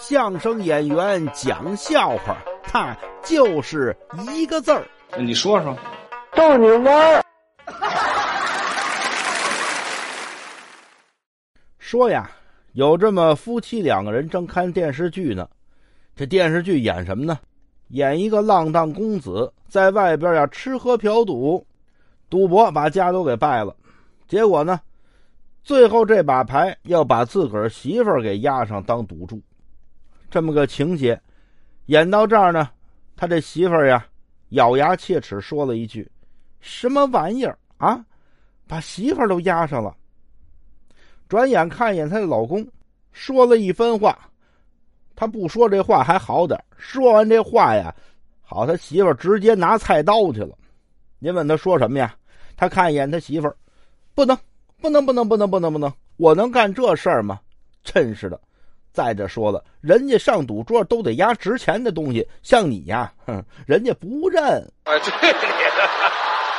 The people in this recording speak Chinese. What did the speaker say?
相声演员讲笑话，他就是一个字儿。 你说说。 逗你玩儿。 说呀，有这么夫妻两个人正看电视剧呢。这电视剧演什么呢？演一个浪荡公子在外边呀吃喝嫖赌，赌博把家都给败了。结果呢，最后这把牌要把自个儿媳妇儿给押上当赌注。这么个情节演到这儿呢，他这媳妇儿呀咬牙切齿说了一句：什么玩意儿啊，把媳妇儿都押上了。转眼看一眼她的老公，说了一番话。他不说这话还好点，说完这话呀，好，他媳妇儿直接拿菜刀去了。您问他说什么呀？他看一眼他媳妇儿，不能，我能干这事儿吗？真是的。再者说了，人家上赌桌都得押值钱的东西，像你呀，人家不认。 对你的。